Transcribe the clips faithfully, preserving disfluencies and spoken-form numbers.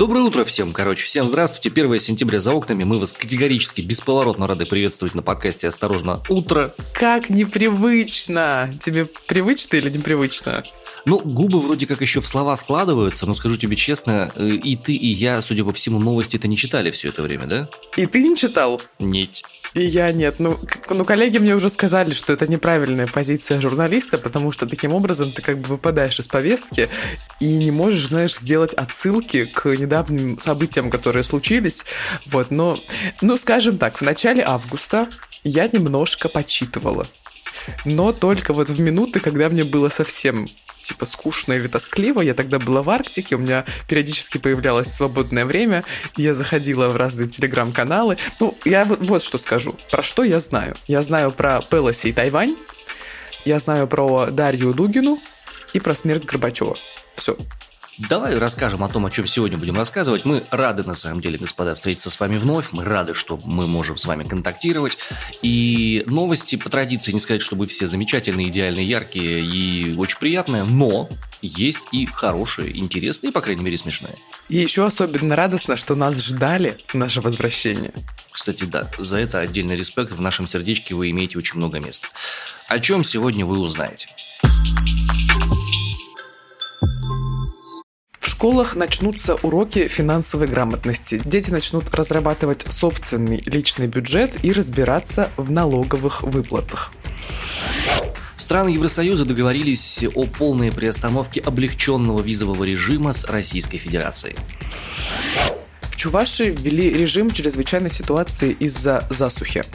Доброе утро всем, короче. Всем здравствуйте. первое сентября за окнами. Мы вас категорически, бесповоротно рады приветствовать на подкасте «Осторожно, утро». Как непривычно. Тебе привычно или непривычно? Ну, губы вроде как еще в слова складываются, но скажу тебе честно, и ты, и я, судя по всему, новости-то не читали все это время, да? И ты не читал? Нет. И я нет. Ну, ну, коллеги мне уже сказали, что это неправильная позиция журналиста, потому что таким образом ты как бы выпадаешь из повестки и не можешь, знаешь, сделать отсылки к недавним событиям, которые случились. Вот, но, ну, скажем так, в начале августа я немножко почитывала. Но только вот в минуты, когда мне было совсем типа скучно или тоскливо. Я тогда была в Арктике, у меня периодически появлялось свободное время, и я заходила в разные телеграм-каналы. Ну, я вот, вот что скажу. Про что я знаю? Я знаю про Пелоси и Тайвань, я знаю про Дарью Дугину и про смерть Горбачева. Все. Давай расскажем о том, о чем сегодня будем рассказывать. Мы рады, на самом деле, господа, встретиться с вами вновь. Мы рады, что мы можем с вами контактировать. И новости, по традиции, не сказать, чтобы все замечательные, идеальные, яркие и очень приятные, но есть и хорошие, интересные, по крайней мере, смешные. И еще особенно радостно, что нас ждали наше возвращение. Кстати, да, за это отдельный респект. В нашем сердечке вы имеете очень много места. О чем сегодня вы узнаете? В школах начнутся уроки финансовой грамотности. Дети начнут разрабатывать собственный личный бюджет и разбираться в налоговых выплатах. Страны Евросоюза договорились о полной приостановке облегченного визового режима с Российской Федерацией. В Чувашии ввели режим чрезвычайной ситуации из-за засухи.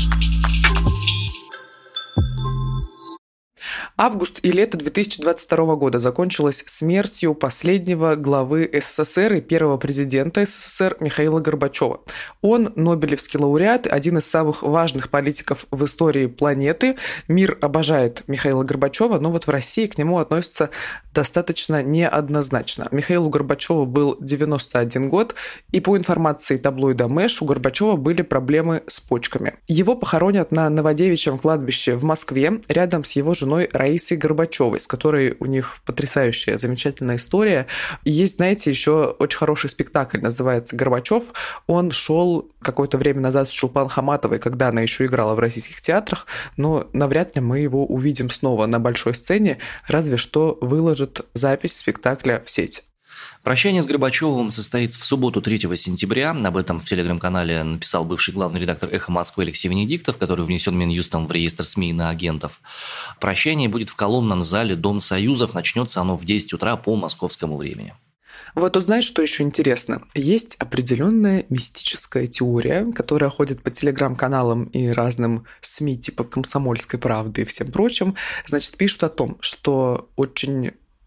Август и лето две тысячи двадцать второго года закончилось смертью последнего главы СССР и первого президента СССР Михаила Горбачева. Он нобелевский лауреат, один из самых важных политиков в истории планеты. Мир обожает Михаила Горбачева, но вот в России к нему относятся достаточно неоднозначно. Михаилу Горбачеву был девяносто один год, и по информации таблоида Мэш у Горбачева были проблемы с почками. Его похоронят на Новодевичьем кладбище в Москве рядом с его женой Раисой Горбачевой, с которой у них потрясающая, замечательная история. И есть, знаете, еще очень хороший спектакль, называется «Горбачев». Он шел какое-то время назад с Чулпан Хаматовой, когда она еще играла в российских театрах, но навряд ли мы его увидим снова на большой сцене, разве что выложат запись спектакля в сеть. Прощание с Горбачевым состоится в субботу третьего сентября. Об этом в телеграм-канале написал бывший главный редактор «Эхо Москвы» Алексей Венедиктов, который внесен Минюстом в реестр СМИ иноагентов. Прощание будет в колонном зале Дом Союзов. Начнется оно в десять утра по московскому времени. Вот узнаешь, что еще интересно. Есть определенная мистическая теория, которая ходит по телеграм-каналам и разным СМИ типа «Комсомольской правды» и всем прочим. Значит, пишут о том, что очень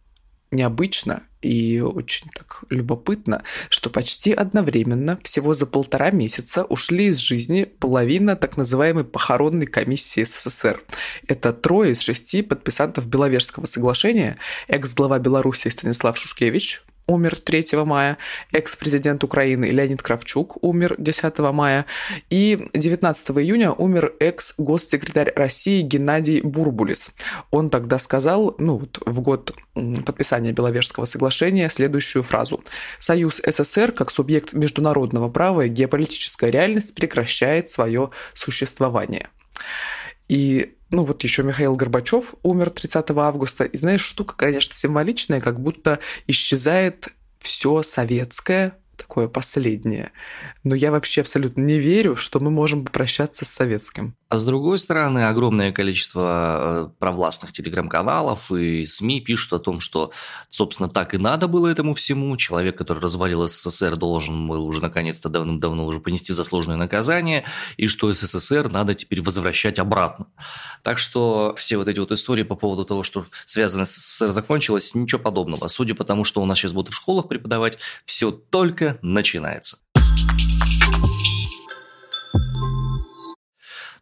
необычно и очень так любопытно, что почти одновременно, всего за полтора месяца, ушли из жизни половина так называемой похоронной комиссии СССР. Это трое из шести подписантов Беловежского соглашения, экс-глава Белоруссии Станислав Шушкевич умер третьего мая, экс-президент Украины Леонид Кравчук умер десятого мая, и девятнадцатого июня умер экс-госсекретарь России Геннадий Бурбулис. Он тогда сказал, ну вот в год подписания Беловежского соглашения, следующую фразу: «Союз СССР как субъект международного права и геополитическая реальность прекращает свое существование». И ну вот еще Михаил Горбачев умер тридцатого августа. И знаешь, штука, конечно, символичная, как будто исчезает все советское, такое последнее. Но я вообще абсолютно не верю, что мы можем попрощаться с советским. А с другой стороны, огромное количество провластных телеграм-каналов и СМИ пишут о том, что, собственно, так и надо было этому всему. Человек, который развалил СССР, должен был уже наконец-то давным-давно уже понести заслуженное наказание, и что СССР надо теперь возвращать обратно. Так что все вот эти вот истории по поводу того, что связано с СССР, закончилось, ничего подобного. Судя по тому, что у нас сейчас будут в школах преподавать, все только начинается.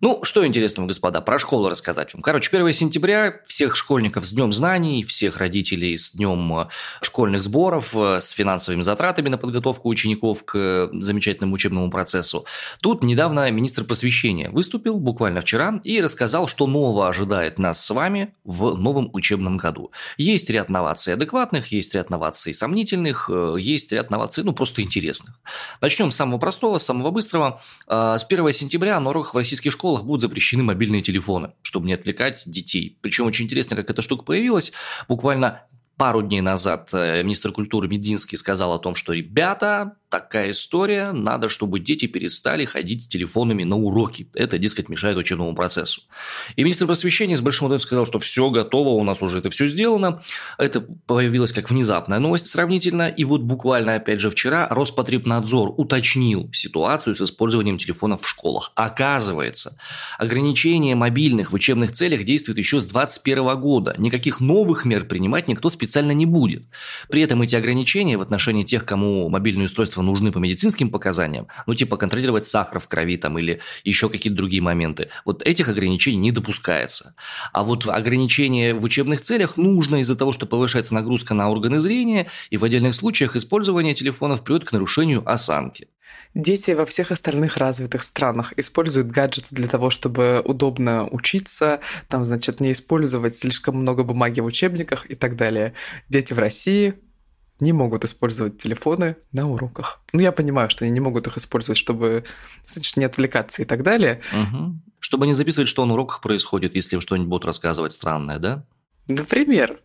Ну, что интересного, господа, про школу рассказать вам. Короче, первого сентября всех школьников с Днем знаний, всех родителей с Днем школьных сборов, с финансовыми затратами на подготовку учеников к замечательному учебному процессу. Тут недавно министр просвещения выступил, буквально вчера, и рассказал, что нового ожидает нас с вами в новом учебном году. Есть ряд новаций адекватных, есть ряд новаций сомнительных, есть ряд новаций, ну, просто интересных. Начнем с самого простого, с самого быстрого. С первого сентября на уроках в российских школах будут запрещены мобильные телефоны, чтобы не отвлекать детей. Причем очень интересно, как эта штука появилась. Буквально пару дней назад министр культуры Мединский сказал о том, что, ребята, такая история, надо, чтобы дети перестали ходить с телефонами на уроки. Это, дескать, мешает учебному процессу. И министр просвещения с большим удовольствием сказал, что все готово, у нас уже это все сделано. Это появилось как внезапная новость сравнительно. И вот буквально, опять же, вчера Роспотребнадзор уточнил ситуацию с использованием телефонов в школах. Оказывается, ограничение мобильных в учебных целях действует еще с двадцать первого года. Никаких новых мер принимать никто специально не будет. При этом эти ограничения в отношении тех, кому мобильные устройства нужны по медицинским показаниям, ну типа контролировать сахар в крови там или еще какие-то другие моменты, вот этих ограничений не допускается. А вот ограничения в учебных целях нужно из-за того, что повышается нагрузка на органы зрения, и в отдельных случаях использование телефонов приводит к нарушению осанки. Дети во всех остальных развитых странах используют гаджеты для того, чтобы удобно учиться, там, значит, не использовать слишком много бумаги в учебниках и так далее. Дети в России не могут использовать телефоны на уроках. Ну, я понимаю, что они не могут их использовать, чтобы, значит, не отвлекаться и так далее. Угу. Чтобы не записывать, что на уроках происходит, если им что-нибудь будут рассказывать странное, да? Например.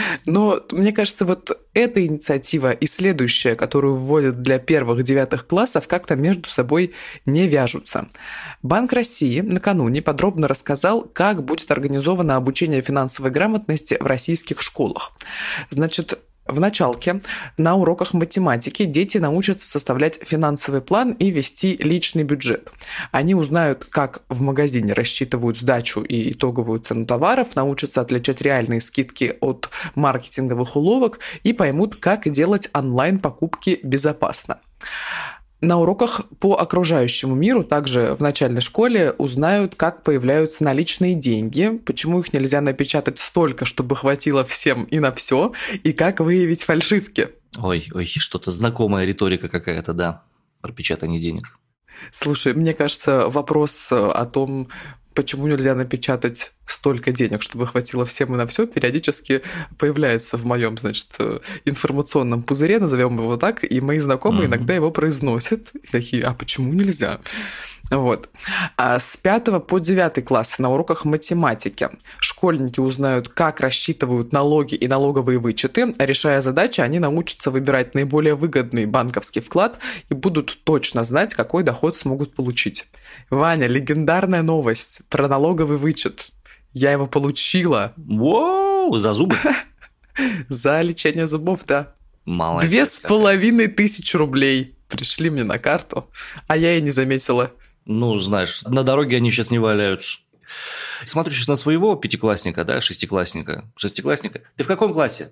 Но мне кажется, вот эта инициатива и следующая, которую вводят для первых-девятых классов, как-то между собой не вяжутся. Банк России накануне подробно рассказал, как будет организовано обучение финансовой грамотности в российских школах. Значит, в началке на уроках математики дети научатся составлять финансовый план и вести личный бюджет. Они узнают, как в магазине рассчитывают сдачу и итоговую цену товаров, научатся отличать реальные скидки от маркетинговых уловок и поймут, как делать онлайн-покупки безопасно. На уроках по окружающему миру, также в начальной школе, узнают, как появляются наличные деньги, почему их нельзя напечатать столько, чтобы хватило всем и на все, и как выявить фальшивки. Ой, ой, что-то знакомая риторика какая-то, да, про печатание денег. Слушай, мне кажется, вопрос о том, почему нельзя напечатать столько денег, чтобы хватило всем и на все, периодически появляется в моем, значит, информационном пузыре, назовем его так, и мои знакомые mm-hmm. иногда его произносят, и такие, а почему нельзя? Вот. А с пятого по девятый класс на уроках математики школьники узнают, как рассчитывают налоги и налоговые вычеты. Решая задачи, они научатся выбирать наиболее выгодный банковский вклад и будут точно знать, какой доход смогут получить. Ваня, легендарная новость про налоговый вычет. Я его получила. Воу, за зубы? За лечение зубов, да. Молодец. Две с половиной тысячи рублей пришли мне на карту, а я и не заметила. Ну, знаешь, на дороге они сейчас не валяются. Смотрю сейчас на своего пятиклассника, да, шестиклассника. Шестиклассника. Ты в каком классе?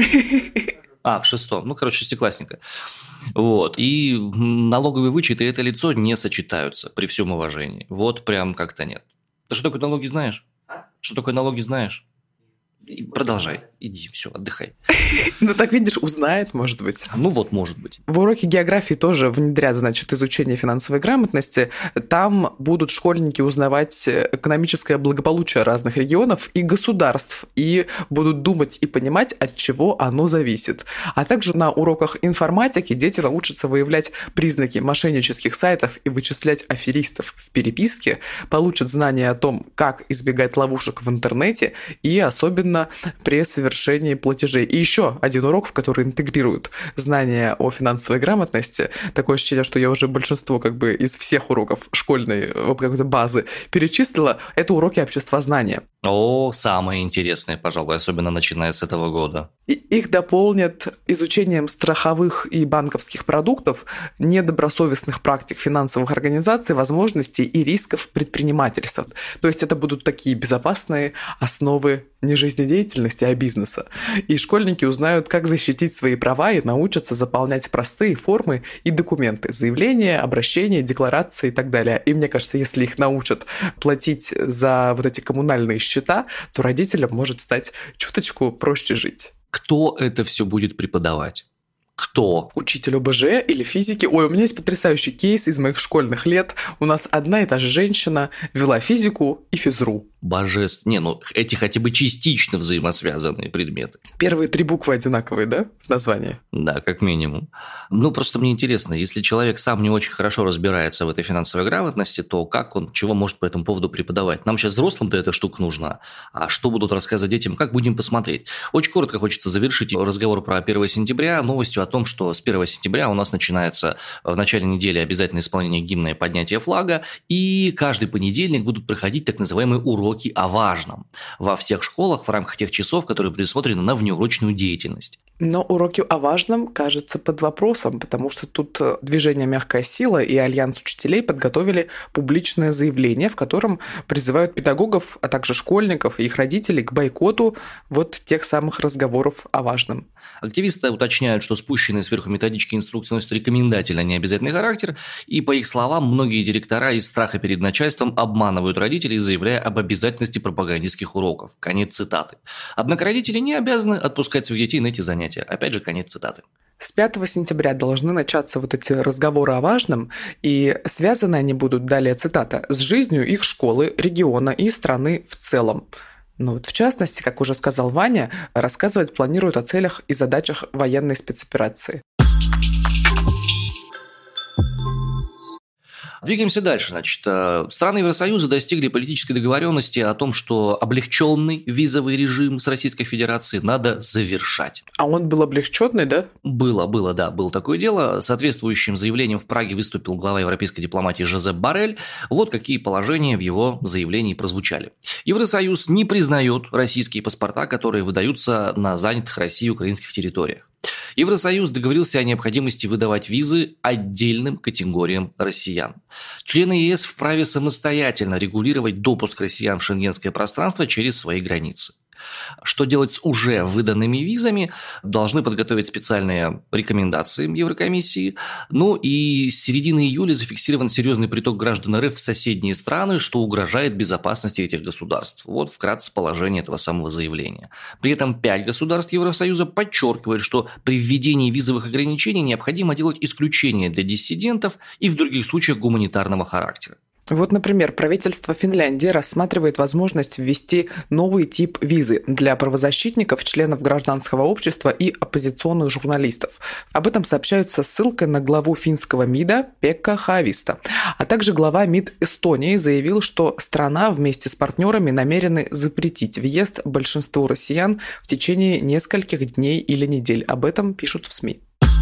А, в шестом. Ну, короче, шестиклассника. Вот. И налоговые вычеты и это лицо не сочетаются, при всем уважении. Вот прям как-то нет. Ты что такое налоги знаешь? Что такое налоги знаешь? Продолжай. Иди, все, отдыхай. Ну, так видишь, узнает, может быть. Ну, вот, может быть. В уроке географии тоже внедрят, значит, изучение финансовой грамотности. Там будут школьники узнавать экономическое благополучие разных регионов и государств, и будут думать и понимать, от чего оно зависит. А также на уроках информатики дети научатся выявлять признаки мошеннических сайтов и вычислять аферистов в переписке, получат знания о том, как избегать ловушек в интернете и особенно при совершении платежей. И еще один урок, в который интегрируют знания о финансовой грамотности. Такое ощущение, что я уже большинство как бы из всех уроков школьной какой-то базы перечислила. Это уроки обществознания. О, самое интересное, пожалуй, особенно начиная с этого года. И их дополнят изучением страховых и банковских продуктов, недобросовестных практик финансовых организаций, возможностей и рисков предпринимательства. То есть это будут такие безопасные основы не жизнедеятельности, а бизнеса. И школьники узнают, как защитить свои права и научатся заполнять простые формы и документы. Заявления, обращения, декларации и так далее. И мне кажется, если их научат платить за вот эти коммунальные счета, то родителям может стать чуточку проще жить. Кто это все будет преподавать? Кто? Учитель ОБЖ или физики. Ой, у меня есть потрясающий кейс из моих школьных лет. У нас одна и та же женщина вела физику и физру. Божеств... Не, ну эти хотя бы частично взаимосвязанные предметы. Первые три буквы одинаковые, да, в названии? Да, как минимум. Ну, просто мне интересно, если человек сам не очень хорошо разбирается в этой финансовой грамотности, то как он, чего может по этому поводу преподавать? Нам сейчас взрослым-то эта штука нужна, а что будут рассказывать детям, как будем посмотреть? Очень коротко хочется завершить разговор про первое сентября новостью о том, что с первого сентября у нас начинается в начале недели обязательное исполнение гимна и поднятие флага, и каждый понедельник будут проходить так называемые уроки о важном во всех школах в рамках тех часов, которые предусмотрены на внеурочную деятельность. Но уроки о важном, кажется, под вопросом, потому что тут движение «Мягкая сила» и Альянс учителей подготовили публичное заявление, в котором призывают педагогов, а также школьников и их родителей к бойкоту вот тех самых разговоров о важном. Активисты уточняют, что спущенные сверху методички и инструкции носят рекомендательный, а не обязательный характер, и, по их словам, многие директора из страха перед начальством обманывают родителей, заявляя об обязательности пропагандистских уроков. Конец цитаты. Однако родители не обязаны отпускать своих детей на эти занятия. Опять же, конец цитаты. С пятого сентября должны начаться вот эти разговоры о важном, и связаны они будут, далее цитата, с жизнью их школы, региона и страны в целом. Ну вот в частности, как уже сказал Ваня, рассказывать планируют о целях и задачах военной спецоперации. Двигаемся дальше. Значит, страны Евросоюза достигли политической договоренности о том, что облегченный визовый режим с Российской Федерацией надо завершать. А он был облегченный, да? Было, было, да, было такое дело. Соответствующим заявлением в Праге выступил глава европейской дипломатии Жозеп Боррель. Вот какие положения в его заявлении прозвучали. Евросоюз не признает российские паспорта, которые выдаются на занятых Россией украинских территориях. Евросоюз договорился о необходимости выдавать визы отдельным категориям россиян. Члены ЕС вправе самостоятельно регулировать допуск россиян в шенгенское пространство через свои границы. Что делать с уже выданными визами, должны подготовить специальные рекомендации Еврокомиссии. Ну и с середины июля зафиксирован серьезный приток граждан РФ в соседние страны, что угрожает безопасности этих государств. Вот вкратце положение этого самого заявления. При этом пять государств Евросоюза подчеркивают, что при введении визовых ограничений необходимо делать исключения для диссидентов и в других случаях гуманитарного характера. Вот, например, правительство Финляндии рассматривает возможность ввести новый тип визы для правозащитников, членов гражданского общества и оппозиционных журналистов. Об этом сообщают со ссылкой на главу финского МИДа Пекка Хааvisto. А также глава МИД Эстонии заявил, что страна вместе с партнерами намерены запретить въезд большинству россиян в течение нескольких дней или недель. Об этом пишут в СМИ.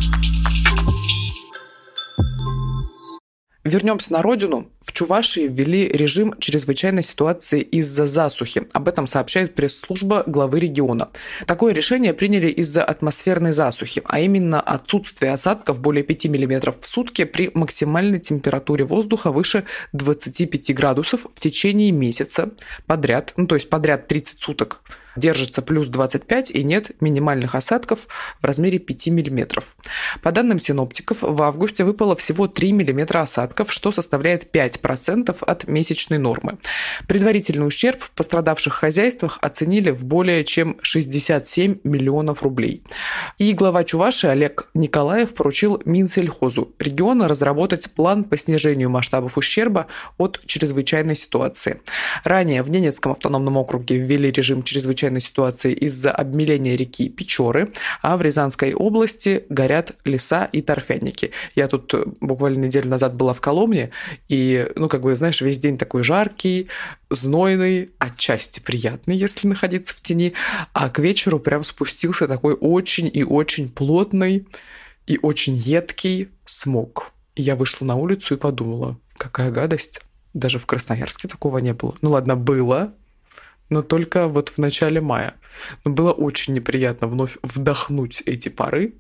Вернемся на родину. В Чувашии ввели режим чрезвычайной ситуации из-за засухи. Об этом сообщает пресс-служба главы региона. Такое решение приняли из-за атмосферной засухи, а именно отсутствие осадков более пяти миллиметров в сутки при максимальной температуре воздуха выше двадцати пяти градусов в течение месяца подряд, ну то есть подряд тридцать суток. Держится плюс двадцать пять и нет минимальных осадков в размере пяти миллиметров. По данным синоптиков, в августе выпало всего три миллиметра осадков, что составляет пять процентов от месячной нормы. Предварительный ущерб в пострадавших хозяйствах оценили в более чем шестьдесят семь миллионов рублей. И глава Чувашии Олег Николаев поручил Минсельхозу региона разработать план по снижению масштабов ущерба от чрезвычайной ситуации. Ранее в Ненецком автономном округе ввели режим чрезвычайной ситуации из-за обмеления реки Печоры, а в Рязанской области горят леса и торфяники. Я тут буквально неделю назад была в Коломне, и, ну, как бы, знаешь, весь день такой жаркий, знойный, отчасти приятный, если находиться в тени, а к вечеру прям спустился такой очень и очень плотный и очень едкий смог. И я вышла на улицу и подумала, какая гадость. Даже в Красноярске такого не было. Ну ладно, было, но только вот в начале мая. Но было очень неприятно вновь вдохнуть эти пары.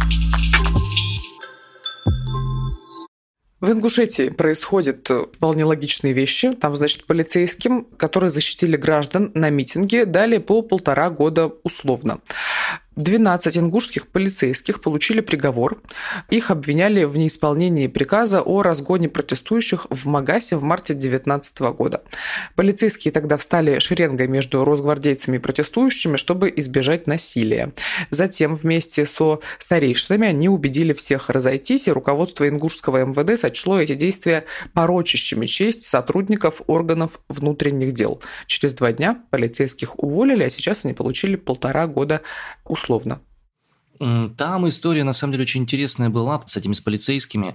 В Ингушетии происходят вполне логичные вещи. Там, значит, полицейским, которые защитили граждан на митинге, дали по полтора года условно. двенадцать ингушских полицейских получили приговор. Их обвиняли в неисполнении приказа о разгоне протестующих в Магасе в марте две тысячи девятнадцатого года. Полицейские тогда встали шеренгой между росгвардейцами и протестующими, чтобы избежать насилия. Затем вместе со старейшинами они убедили всех разойтись, и руководство ингушского эм вэ дэ сочло эти действия порочащими честь сотрудников органов внутренних дел. Через два дня полицейских уволили, а сейчас они получили полтора года условно. Условно. Там история, на самом деле, очень интересная была с этими с полицейскими.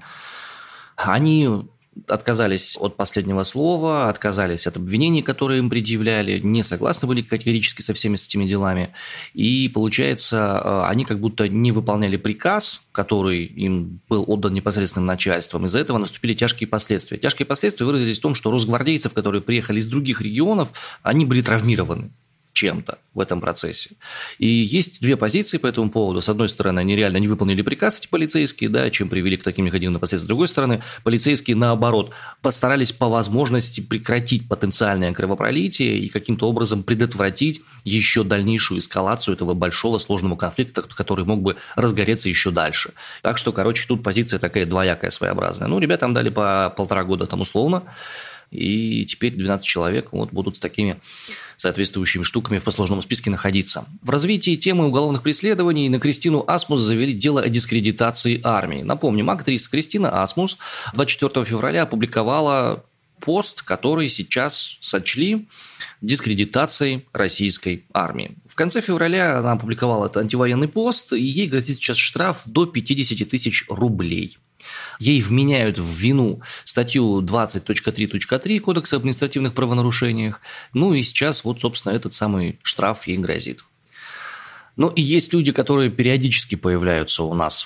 Они отказались от последнего слова, отказались от обвинений, которые им предъявляли, не согласны были категорически со всеми этими делами. И, получается, они как будто не выполняли приказ, который им был отдан непосредственным начальством. Из-за этого наступили тяжкие последствия. Тяжкие последствия выразились в том, что росгвардейцев, которые приехали из других регионов, они были травмированы чем-то в этом процессе. И есть две позиции по этому поводу. С одной стороны, они реально не выполнили приказ, эти полицейские, да, чем привели к таким негативным последствиям. С другой стороны, полицейские, наоборот, постарались по возможности прекратить потенциальное кровопролитие и каким-то образом предотвратить еще дальнейшую эскалацию этого большого сложного конфликта, который мог бы разгореться еще дальше. Так что, короче, тут позиция такая двоякая, своеобразная. Ну, ребятам дали по полтора года там условно. И теперь двенадцать человек вот, будут с такими соответствующими штуками в послужном списке находиться. В развитии темы уголовных преследований на Кристину Асмус завели дело о дискредитации армии. Напомним, актриса Кристина Асмус двадцать четвёртого февраля опубликовала пост, который сейчас сочли дискредитацией российской армии. В конце февраля она опубликовала этот антивоенный пост, и ей грозит сейчас штраф до пятьдесят тысяч рублей. Ей вменяют в вину статью двадцать точка три точка три Кодекса об административных правонарушениях. Ну и сейчас вот, собственно, этот самый штраф ей грозит. Ну и есть люди, которые периодически появляются у нас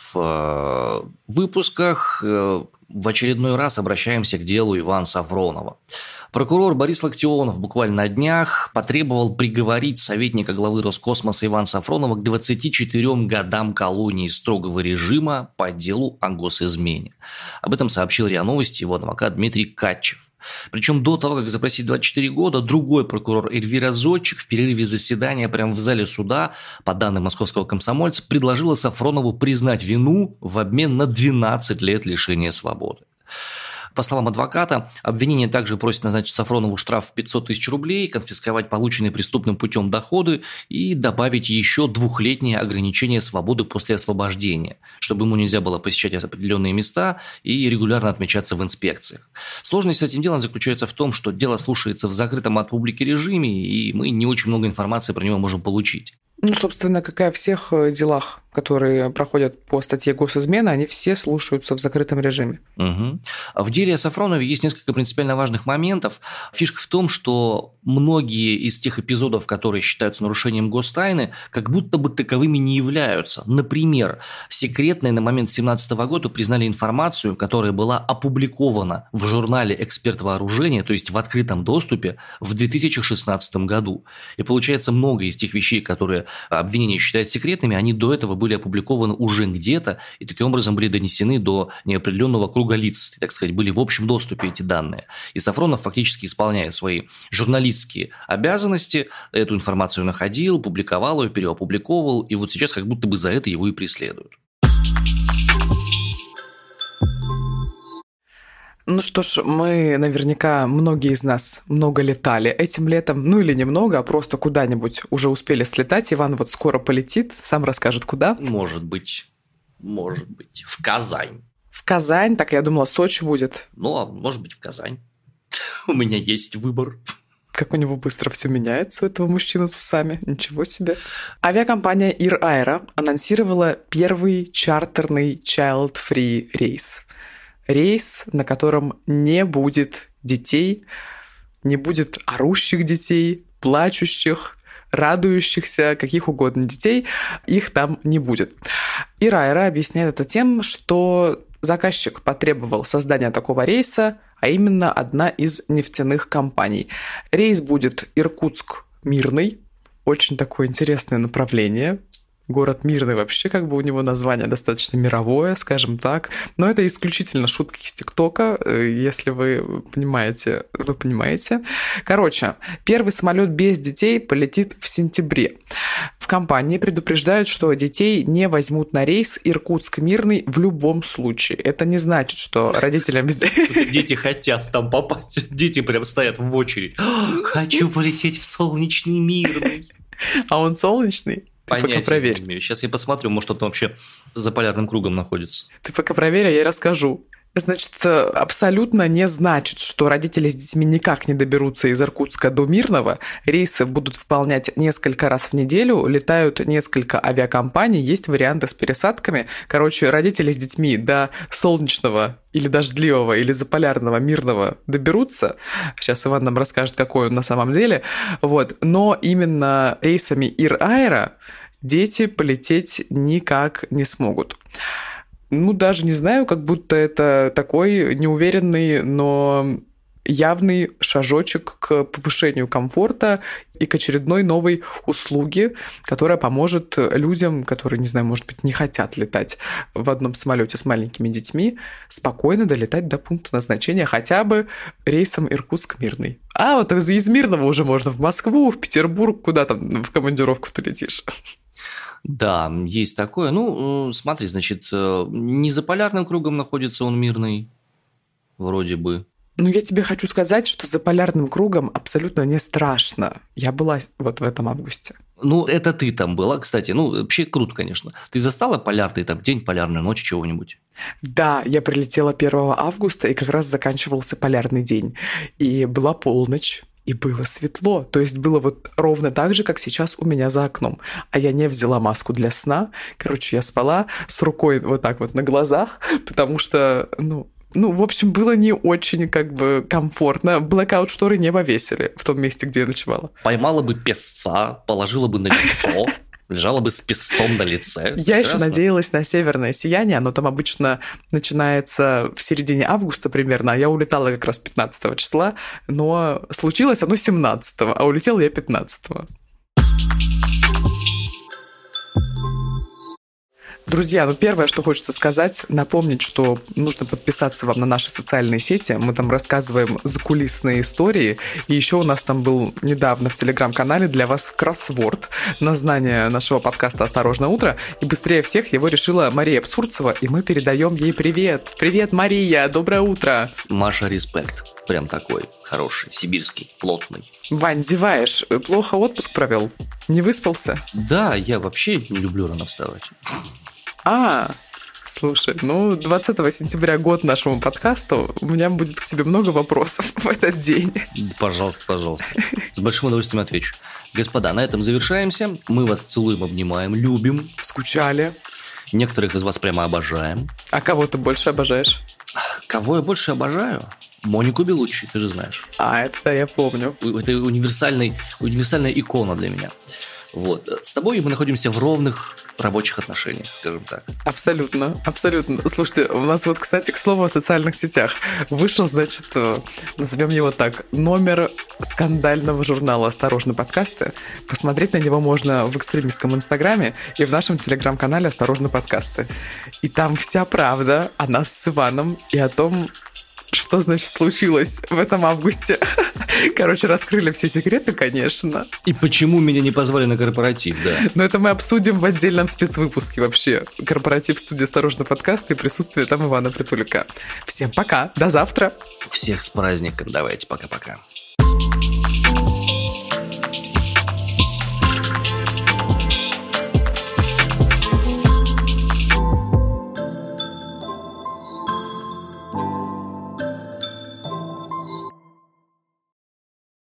в выпусках. В очередной раз обращаемся к делу Ивана Сафронова. Прокурор Борис Локтионов буквально на днях потребовал приговорить советника главы Роскосмоса Ивана Сафронова к двадцати четырем годам колонии строгого режима по делу о госизмене. Об этом сообщил РИА Новости его адвокат Дмитрий Катчев. Причем до того, как запросить двадцать четыре года, другой прокурор Эльвира Зодчик в перерыве заседания прямо в зале суда, по данным московского комсомольца, предложила Сафронову признать вину в обмен на двенадцать лет лишения свободы. По словам адвоката, обвинение также просит назначить Сафронову штраф в пятьсот тысяч рублей, конфисковать полученные преступным путем доходы и добавить еще двухлетнее ограничение свободы после освобождения, чтобы ему нельзя было посещать определенные места и регулярно отмечаться в инспекциях. Сложность с этим делом заключается в том, что дело слушается в закрытом от публики режиме, и мы не очень много информации про него можем получить. Ну, собственно, как и о всех делах, которые проходят по статье госизмена, они все слушаются в закрытом режиме. Угу. В деле о Сафронове есть несколько принципиально важных моментов. Фишка в том, что многие из тех эпизодов, которые считаются нарушением гостайны, как будто бы таковыми не являются. Например, секретной на момент две тысячи семнадцатого года признали информацию, которая была опубликована в журнале «Эксперт вооружения», то есть в открытом доступе, в две тысячи шестнадцатом году. И получается, много из тех вещей, которые обвинение считает секретными, они до этого были опубликованы уже где-то и таким образом были донесены до неопределенного круга лиц, так сказать, были в общем доступе эти данные. И Сафронов, фактически исполняя свои журналистские обязанности, эту информацию находил, публиковал ее, переопубликовывал, и вот сейчас как будто бы за это его и преследуют. Ну что ж, мы наверняка, многие из нас много летали этим летом, ну или немного, а просто куда-нибудь уже успели слетать. Иван вот скоро полетит, сам расскажет, куда. Может быть, может быть, в Казань. В Казань? Так я думала, Сочи будет. Ну, а может быть, в Казань. У меня есть выбор. Как у него быстро все меняется, у этого мужчины с усами. Ничего себе. Авиакомпания Ир Аэро анонсировала первый чартерный child-free рейс. Рейс, на котором не будет детей, не будет орущих детей, плачущих, радующихся, каких угодно детей, их там не будет. Ир Аэро объясняет это тем, что заказчик потребовал создания такого рейса, а именно одна из нефтяных компаний. Рейс будет Иркутск, Мирный. Очень такое интересное направление. Город Мирный вообще, как бы у него название достаточно мировое, скажем так. Но это исключительно шутки из ТикТока, если вы понимаете, вы понимаете. Короче, первый самолет без детей полетит в сентябре. В компании предупреждают, что детей не возьмут на рейс Иркутск-Мирный в любом случае. Это не значит, что родителям... Дети хотят там попасть. Дети прям стоят в очередь. Хочу полететь в солнечный Мирный. А он солнечный? Ты Понятия пока проверь. не имею. Сейчас я посмотрю, может, он там вообще за полярным кругом находится. Ты пока проверь, а я расскажу. Значит, абсолютно не значит, что родители с детьми никак не доберутся из Иркутска до Мирного. Рейсы будут выполнять несколько раз в неделю, летают несколько авиакомпаний, есть варианты с пересадками. Короче, родители с детьми до солнечного или дождливого, или заполярного Мирного доберутся. Сейчас Иван нам расскажет, какой он на самом деле. Вот. Но именно рейсами Ир-Аэро дети полететь никак не смогут. Ну, даже не знаю, как будто это такой неуверенный, но явный шажочек к повышению комфорта и к очередной новой услуге, которая поможет людям, которые, не знаю, может быть, не хотят летать в одном самолете с маленькими детьми, спокойно долетать до пункта назначения хотя бы рейсом Иркутск-Мирный. А вот из, из Мирного уже можно в Москву, в Петербург, куда там в командировку ты летишь. Да, есть такое. Ну, смотри, значит, не за полярным кругом находится он Мирный, вроде бы. Ну, я тебе хочу сказать, что за полярным кругом абсолютно не страшно. Я была вот в этом августе. Ну, это ты там была, кстати. Ну, вообще круто, конечно. Ты застала полярный там день, полярную ночь, чего-нибудь? Да, я прилетела первого августа, и как раз заканчивался полярный день. И была полночь. И было светло, то есть было вот ровно так же, как сейчас у меня за окном. А я не взяла маску для сна. Короче, я спала с рукой вот так вот на глазах, потому что, ну, ну, в общем, было не очень как бы комфортно. Блэкаут-шторы не повесили в том месте, где я ночевала. Поймала бы песца, положила бы на лицо, лежала бы с песцом на лице. Я еще надеялась на северное сияние, оно там обычно начинается в середине августа примерно, а я улетала как раз пятнадцатого числа, но случилось оно семнадцатого, а улетела я пятнадцатого. Друзья, ну первое, что хочется сказать, напомнить, что нужно подписаться вам на наши социальные сети. Мы там рассказываем закулисные истории. И еще у нас там был недавно в Телеграм-канале для вас кроссворд на знание нашего подкаста «Осторожно, утро». И быстрее всех его решила Мария Абсурцева, и мы передаем ей привет. Привет, Мария, доброе утро. Маша, респект. Прям такой хороший, сибирский, плотный. Вань, зеваешь. Плохо отпуск провел? Не выспался? Да, я вообще люблю рано вставать. А, слушай, ну, двадцатого сентября год нашему подкасту, у меня будет к тебе много вопросов в этот день. Пожалуйста, пожалуйста. С большим удовольствием отвечу. Господа, на этом завершаемся. Мы вас целуем, обнимаем, любим. Скучали. Некоторых из вас прямо обожаем. А кого ты больше обожаешь? Кого я больше обожаю? Монику Белуччи, ты же знаешь. А, это я помню. Это универсальный, универсальная икона для меня. Вот. С тобой мы находимся в ровных рабочих отношениях, скажем так. Абсолютно, абсолютно. Слушайте, у нас вот, кстати, к слову о социальных сетях. Вышел, значит, назовем его так, номер скандального журнала «Осторожно, подкасты». Посмотреть на него можно в экстремистском инстаграме и в нашем телеграм-канале «Осторожно, подкасты». И там вся правда о нас с Иваном и о том, что, значит, случилось в этом августе. Короче, раскрыли все секреты, конечно. И почему меня не позвали на корпоратив, да. Но это мы обсудим в отдельном спецвыпуске вообще. Корпоратив студии «Осторожно, подкасты» и присутствие там Ивана Притуляка. Всем пока, до завтра. Всех с праздником, давайте, пока-пока.